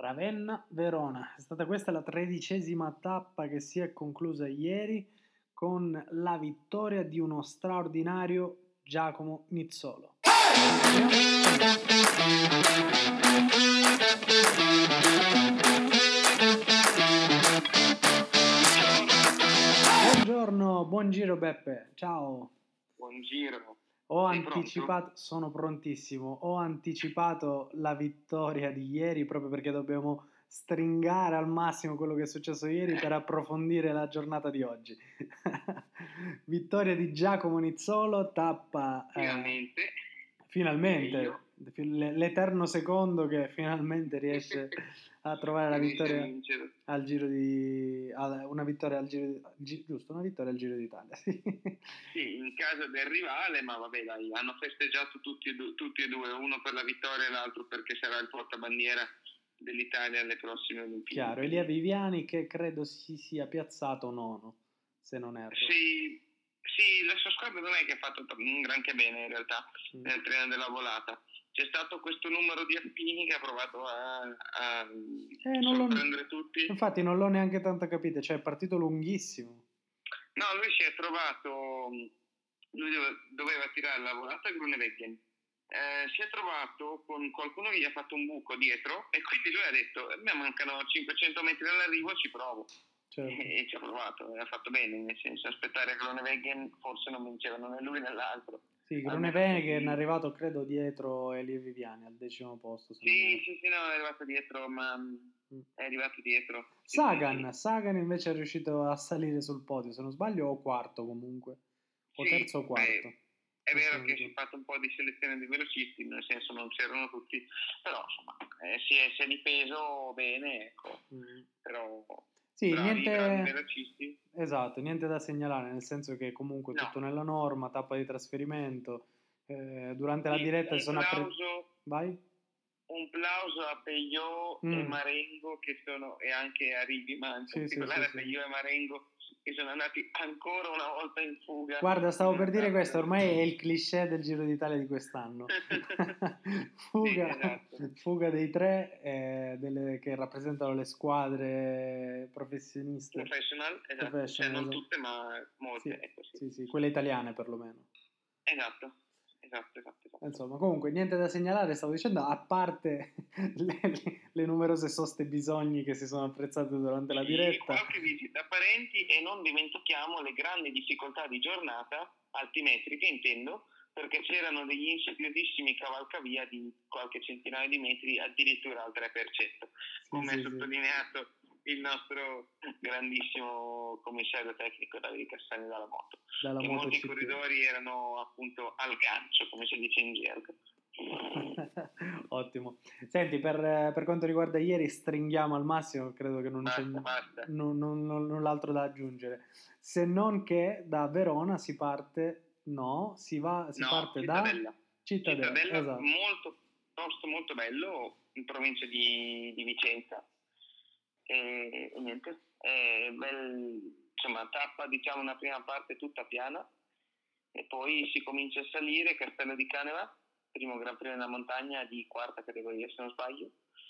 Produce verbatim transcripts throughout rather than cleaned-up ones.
Ravenna-Verona. È stata questa la tredicesima tappa che si è conclusa ieri con la vittoria di uno straordinario Giacomo Nizzolo. Buongiorno, buon giro Beppe, ciao. Buon giro. Ho Sei anticipato, pronto? sono prontissimo, ho anticipato la vittoria di ieri proprio perché dobbiamo stringare al massimo quello che è successo ieri per approfondire la giornata di oggi. Vittoria di Giacomo Nizzolo, tappa eh, Finalmente. finalmente l'eterno secondo che finalmente riesce a trovare la vittoria al Giro di una vittoria al Giro di, giusto, una vittoria al Giro d'Italia, sì. Sì, in casa del rivale, ma vabbè dai, hanno festeggiato tutti e, due, tutti e due, uno per la vittoria e l'altro perché sarà il portabandiera dell'Italia alle prossime Olimpiadi. Chiaro, Elia Viviani che credo si sia piazzato nono, se non erro. Sì, sì, la sua squadra non è che ha fatto un granché bene in realtà mm. nel treno della volata. C'è stato questo numero di alpini che ha provato a, a eh, sorprendere tutti. Infatti non l'ho neanche tanto capito, cioè è partito lunghissimo. No, lui si è trovato, lui doveva tirare la volata a Groenewegen, eh, si è trovato con qualcuno che gli ha fatto un buco dietro e quindi lui ha detto, a me mancano cinquecento metri dall'arrivo, ci provo. Certo. E, e ci ha provato, e ha fatto bene, nel senso aspettare Groenewegen forse non vincevano né lui né l'altro. Sì, Groenewegen è arrivato credo dietro Elia Viviani al decimo posto. Se sì, non sì, sì, no, è arrivato dietro, ma mm. è arrivato dietro. Sagan, sì. Sagan invece è riuscito a salire sul podio, se non sbaglio, o quarto comunque, o sì, terzo o quarto. Beh, è vero che si è fatto un po' di selezione di velocisti, nel senso non c'erano tutti, però insomma eh, si, è, si è dipeso bene, ecco, mm. però... Sì, bravi, niente, bravi velocisti. Esatto, niente da segnalare, nel senso che comunque no. Tutto nella norma, tappa di trasferimento, eh, durante sì, la diretta si sono apprezzati. Vai? Un plauso a Peillot mm. e Marengo che sono, e anche a Righi, ma in sì, particolare sì, sì, a Peillot sì. e Marengo che sono andati ancora una volta in fuga. Guarda, stavo per dire questo, ormai è il cliché del Giro d'Italia di quest'anno. fuga, sì, esatto. fuga dei tre eh, delle, che rappresentano le squadre professioniste. Professional, esatto. Professional, cioè non tutte, ma molte. Sì, ecco, sì. sì, sì, quelle italiane perlomeno. Esatto. Esatto, esatto, esatto. Insomma, comunque niente da segnalare, stavo dicendo, a parte le, le numerose soste bisogni che si sono apprezzate durante sì, la diretta. Qualche visita a parenti e non dimentichiamo le grandi difficoltà di giornata, altimetriche intendo, perché c'erano degli insidiosissimi cavalcavia di qualche centinaio di metri, addirittura al tre per cento, sì, come sì, sottolineato sì. il nostro grandissimo commissario tecnico Davide Cassani dalla moto. Dalla che moto molti C P. corridori erano appunto al gancio, come si dice in gergo. Ottimo. Senti, per, per quanto riguarda ieri stringhiamo al massimo, credo che non basta, c'è basta. Non, non, non, null'altro da aggiungere, se non che da Verona si parte, no, si va, si no, parte Cittadella. da Cittadella, Cittadella esatto. molto, posto molto bello in provincia di, di Vicenza e, e niente, è bel, insomma tappa diciamo una prima parte tutta piana e poi si comincia a salire Castello di Caneva, primo Gran Premio della montagna di quarta categoria se non sbaglio,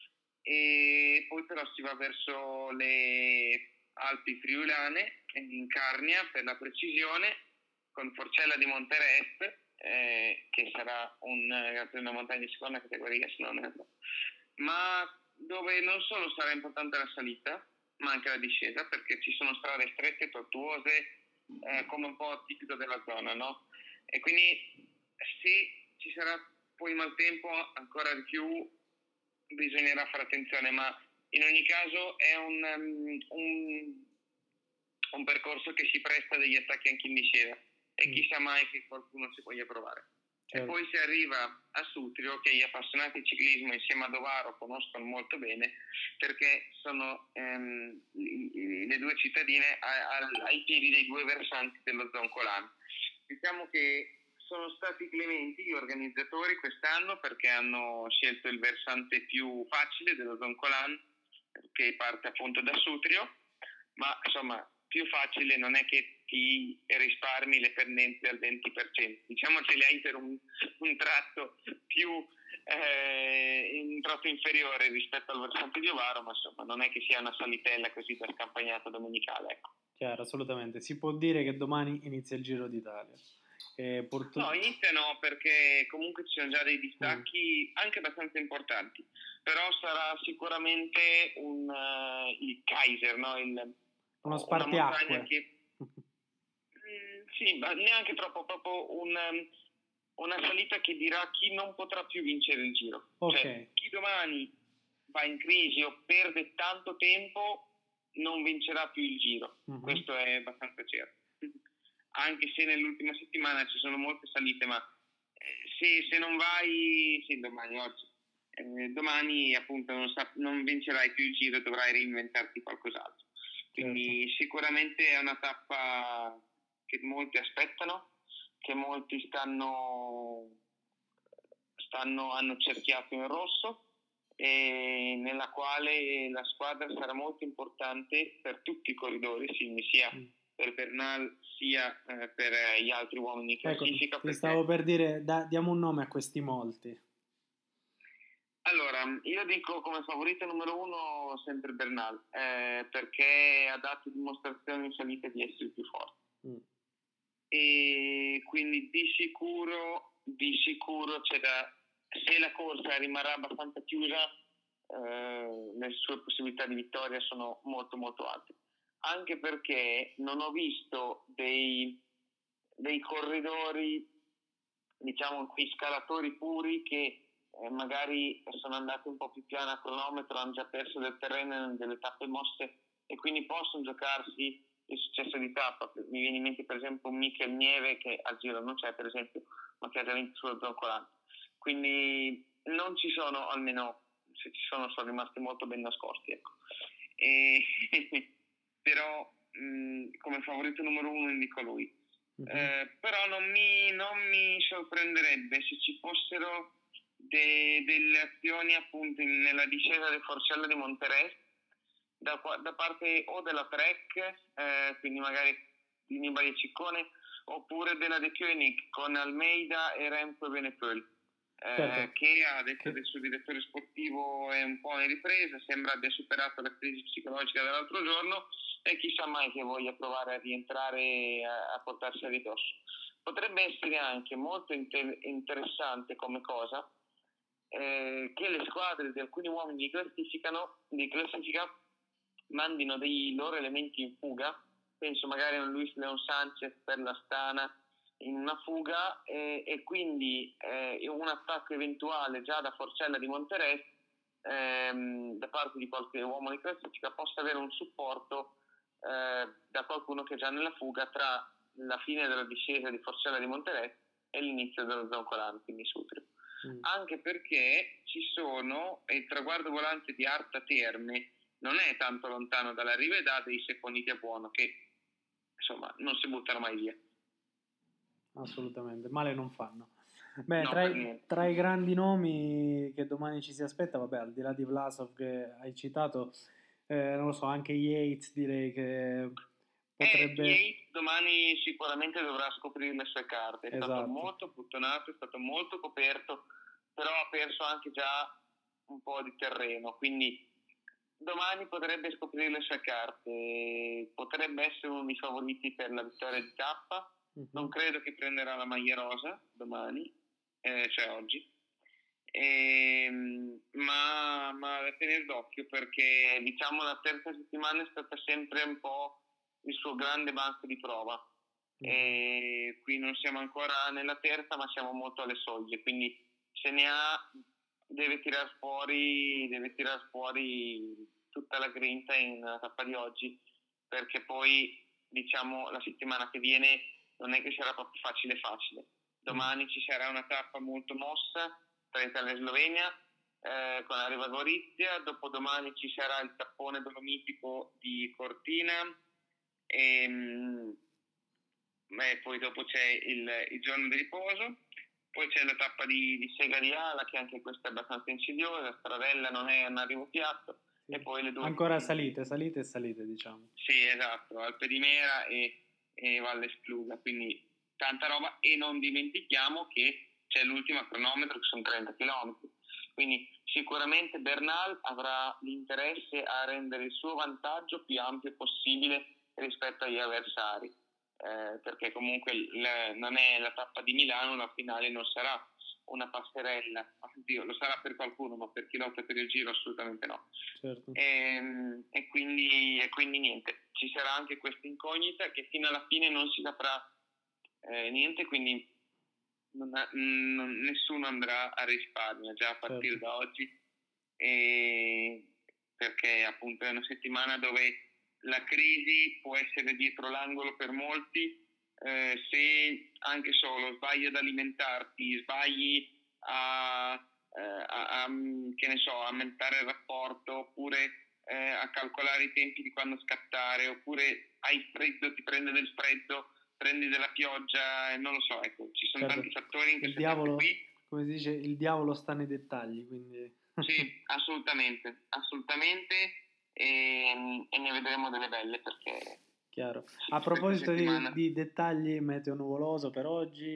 e poi però si va verso le Alpi Friulane in Carnia per la precisione con Forcella di Monterest eh, che sarà un Gran Premio della montagna di seconda categoria se non erro, ma dove non solo sarà importante la salita ma anche la discesa perché ci sono strade strette, tortuose eh, come un po' tipico della zona, no? E quindi se ci sarà poi maltempo ancora di più bisognerà fare attenzione, ma in ogni caso è un, um, un, un percorso che si presta degli attacchi anche in discesa e mm. chissà mai che qualcuno si voglia provare. Certo. E poi si arriva a Sutrio che gli appassionati di ciclismo insieme a Dovaro conoscono molto bene perché sono ehm, le due cittadine a, a, ai piedi dei due versanti dello Zoncolan. Diciamo che sono stati clementi gli organizzatori quest'anno perché hanno scelto il versante più facile dello Zoncolan che parte appunto da Sutrio, ma insomma più facile non è che ti risparmi le pendenze al venti per cento, diciamo che le hai per un, un tratto più eh, in troppo inferiore rispetto al versante di Ovaro, ma insomma non è che sia una salitella così da scampagnata domenicale, ecco. Chiaro, assolutamente. Si può dire che domani inizia il Giro d'Italia. E porto... No, inizia no, perché comunque ci sono già dei distacchi mm. anche abbastanza importanti, però sarà sicuramente un, uh, il Kaiser, no? il, uno spartiacque. Che, mm, sì, ma neanche troppo, proprio un, um, una salita che dirà chi non potrà più vincere il Giro. Okay. Cioè, chi domani va in crisi o perde tanto tempo non vincerà più il Giro, uh-huh. Questo è abbastanza certo. Anche se nell'ultima settimana ci sono molte salite, ma eh, se, se non vai, sì, domani, oggi, eh, domani appunto non, sa, non vincerai più il Giro, dovrai reinventarti qualcos'altro. Quindi certo. Sicuramente è una tappa che molti aspettano, che molti stanno, stanno hanno cerchiato in rosso, e nella quale la squadra sarà molto importante per tutti i corridori, quindi sia mm. per Bernal sia eh, per gli altri uomini che ecco, classifica. Ti stavo per dire, da, diamo un nome a questi molti. Allora, io dico come favorito numero uno sempre Bernal, eh, perché ha dato dimostrazioni in salita di essere il più forte. Mm. E quindi di sicuro, di sicuro c'è da, se la corsa rimarrà abbastanza chiusa, eh, le sue possibilità di vittoria sono molto molto alte. Anche perché non ho visto dei, dei corridori, diciamo, quei scalatori puri che eh, magari sono andati un po' più piano a cronometro, hanno già perso del terreno nelle tappe mosse e quindi possono giocarsi il successo di tappa. Mi viene in mente per esempio un Mikel Nieve che al Giro non c'è per esempio, ma che ha già vinto sulla Zoncolan. Quindi non ci sono, almeno se ci sono, sono rimasti molto ben nascosti, ecco. E però mh, come favorito numero uno indico lui. Uh-huh. Eh, però non mi, non mi sorprenderebbe se ci fossero de, delle azioni appunto in, nella discesa del Forcella di Monterey da, da parte o della Trek, eh, quindi magari di Nibali e Ciccone, oppure della De Koenig con Almeida e Remco e Benepol. Eh, certo. Che ha detto che del suo direttore sportivo è un po' in ripresa, sembra abbia superato la crisi psicologica dell'altro giorno e chissà mai che voglia provare a rientrare a, a portarsi a ridosso. Potrebbe essere anche molto inter- interessante come cosa eh, che le squadre di alcuni uomini di, classificano, di classifica mandino dei loro elementi in fuga, penso magari a un Luis Leon Sanchez per l'Astana in una fuga eh, e quindi eh, un attacco eventuale già da Forcella di Monterey ehm, da parte di qualche uomo di classifica possa avere un supporto eh, da qualcuno che è già nella fuga tra la fine della discesa di Forcella di Monterey e l'inizio dello Zoncolan, quindi Sutrio. Mm. Anche perché ci sono il traguardo volante di Arta Terme non è tanto lontano dalla rivedà dei Seponiti a Buono che insomma non si buttano mai via. Assolutamente, male non fanno. Beh, no, tra, i, tra i grandi nomi che domani ci si aspetta, vabbè, al di là di Vlasov che hai citato, eh, non lo so, anche Yates direi che potrebbe... Eh, Yates domani sicuramente dovrà scoprire le sue carte, è esatto. stato molto puttonato, è stato molto coperto, però ha perso anche già un po' di terreno, quindi domani potrebbe scoprire le sue carte, potrebbe essere uno dei favoriti per la vittoria di tappa. Uh-huh. Non credo che prenderà la maglia rosa domani, eh, cioè oggi, e, ma, ma da tenere d'occhio perché diciamo la terza settimana è stata sempre un po' il suo grande banco di prova. Uh-huh. E qui non siamo ancora nella terza ma siamo molto alle soglie, quindi se ne ha deve tirar fuori, deve tirar fuori tutta la grinta in tappa di oggi perché poi diciamo la settimana che viene non è che sarà proprio facile facile. Domani ci sarà una tappa molto mossa tra Italia e Slovenia eh, con Arriva Gorizia, dopodomani ci sarà il tappone dolomitico di Cortina e, e poi dopo c'è il, il giorno di riposo, poi c'è la tappa di, di Sega di Ala che anche questa è abbastanza insidiosa, Stradella non è un arrivo piatto. Sì. E poi le due ancora salite, salite e salite diciamo. Sì, esatto, Alpe di Mera e e Valle Espluga, quindi tanta roba e non dimentichiamo che c'è l'ultima cronometro che sono trenta chilometri, quindi sicuramente Bernal avrà l'interesse a rendere il suo vantaggio più ampio possibile rispetto agli avversari, eh, perché comunque le, non è la tappa di Milano, la finale non sarà una passerella, oddio, lo sarà per qualcuno, ma per chi lotta per il Giro assolutamente no. Certo. E, e, quindi, e quindi niente, ci sarà anche questa incognita che fino alla fine non si saprà eh, niente, quindi non ha, non, nessuno andrà a risparmio già a partire certo. da oggi, e perché appunto è una settimana dove la crisi può essere dietro l'angolo per molti. Eh, se anche solo sbagli ad alimentarti, sbagli a, eh, a, a che ne so, a aumentare il rapporto, oppure eh, a calcolare i tempi di quando scattare, oppure hai freddo, ti prende del freddo, prendi della pioggia, non lo so, ecco, ci sono certo. tanti fattori in questo il diavolo, qui. come si dice, il diavolo sta nei dettagli, quindi sì, assolutamente, assolutamente, e, e ne vedremo delle belle, perché chiaro. A proposito settimana... di, di dettagli, meteo nuvoloso per oggi,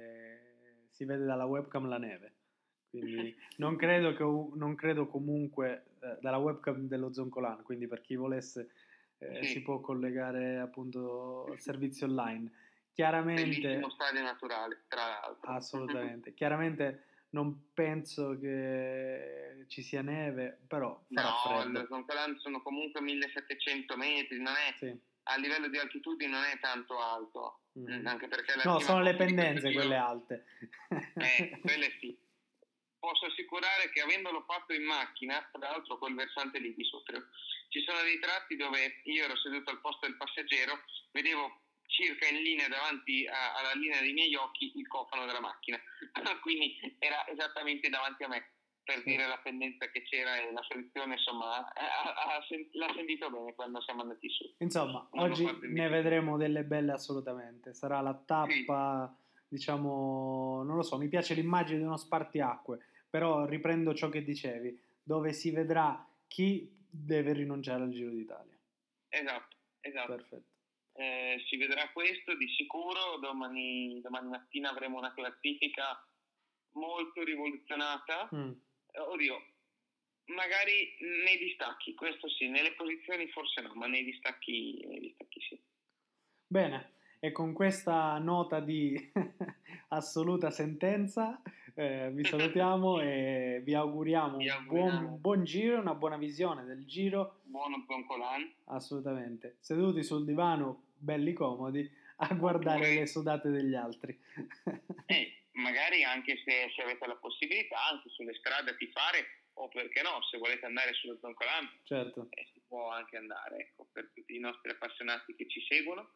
e si vede dalla webcam la neve, quindi non credo, che, non credo comunque eh, dalla webcam dello Zoncolan, quindi per chi volesse eh, sì. si può collegare appunto al servizio online. Chiaramente, bellissimo stadio naturale, tra l'altro. Assolutamente. Chiaramente non penso che ci sia neve, però farà no, freddo. No, il Zoncolan sono comunque millesettecento metri, non è... Sì. A livello di altitudine non è tanto alto, mm. anche perché la no, sono le pendenze quelle giro... alte. eh, quelle sì. Posso assicurare che avendolo fatto in macchina, tra l'altro quel versante lì di sopra, ci sono dei tratti dove io ero seduto al posto del passeggero, vedevo circa in linea davanti a, alla linea dei miei occhi il cofano della macchina, quindi era esattamente davanti a me, per sì. dire la pendenza che c'era e la soluzione, insomma, ha, ha, l'ha sentito bene quando siamo andati su. Insomma, non oggi ne vedremo delle belle assolutamente, sarà la tappa, sì. diciamo, non lo so, mi piace l'immagine di uno spartiacque, però riprendo ciò che dicevi, dove si vedrà chi deve rinunciare al Giro d'Italia. Esatto, esatto. Perfetto. Eh, si vedrà questo di sicuro, domani, domani mattina avremo una classifica molto rivoluzionata. Mm. Oddio, magari nei distacchi, questo sì, nelle posizioni forse no, ma nei distacchi, nei distacchi sì. Bene, e con questa nota di assoluta sentenza eh, vi salutiamo e vi auguriamo vi un buon, buon giro, una buona visione del giro. Buono Zoncolan. Assolutamente. Seduti sul divano, belli comodi, a guardare Oppure... le sudate degli altri. eh, magari anche se, se avete la possibilità, anche sulle strade a tifare, o perché no, se volete andare sullo Zoncolan, certo. eh, si può anche andare, ecco, per tutti i nostri appassionati che ci seguono.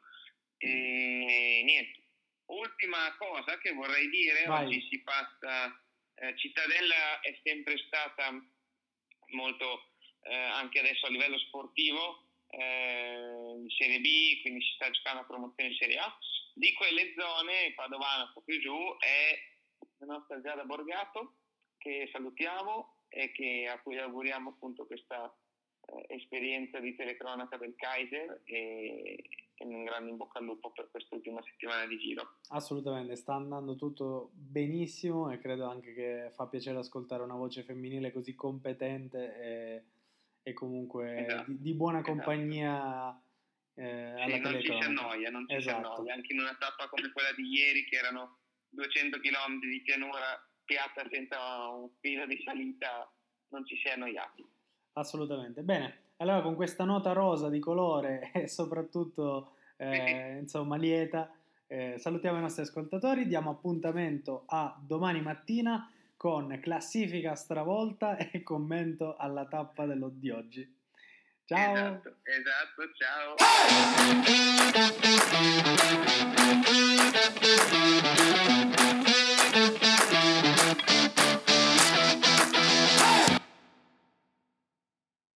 E niente, ultima cosa che vorrei dire, Vai. oggi si passa, eh, Cittadella è sempre stata molto, eh, anche adesso a livello sportivo, eh, in Serie B, quindi si sta giocando a promozione in Serie A. Di quelle zone, Padovana un po' più giù, è la nostra Giada Borgato, che salutiamo e che, a cui auguriamo appunto questa eh, esperienza di telecronaca del Kaiser, e, e un grande in bocca al lupo per quest'ultima settimana di Giro. Assolutamente, sta andando tutto benissimo e credo anche che fa piacere ascoltare una voce femminile così competente e, e comunque esatto. di, di buona compagnia. Eh, sì, non ci si annoia, non ci esatto. si annoia, anche in una tappa come quella di ieri, che erano duecento chilometri di pianura piatta senza un filo di salita, non ci si è annoiati. Assolutamente. Bene, allora con questa nota rosa di colore e soprattutto eh, insomma lieta, eh, salutiamo i nostri ascoltatori, diamo appuntamento a domani mattina con classifica stravolta e commento alla tappa dello di oggi. Ciao! Esatto, esatto, ciao!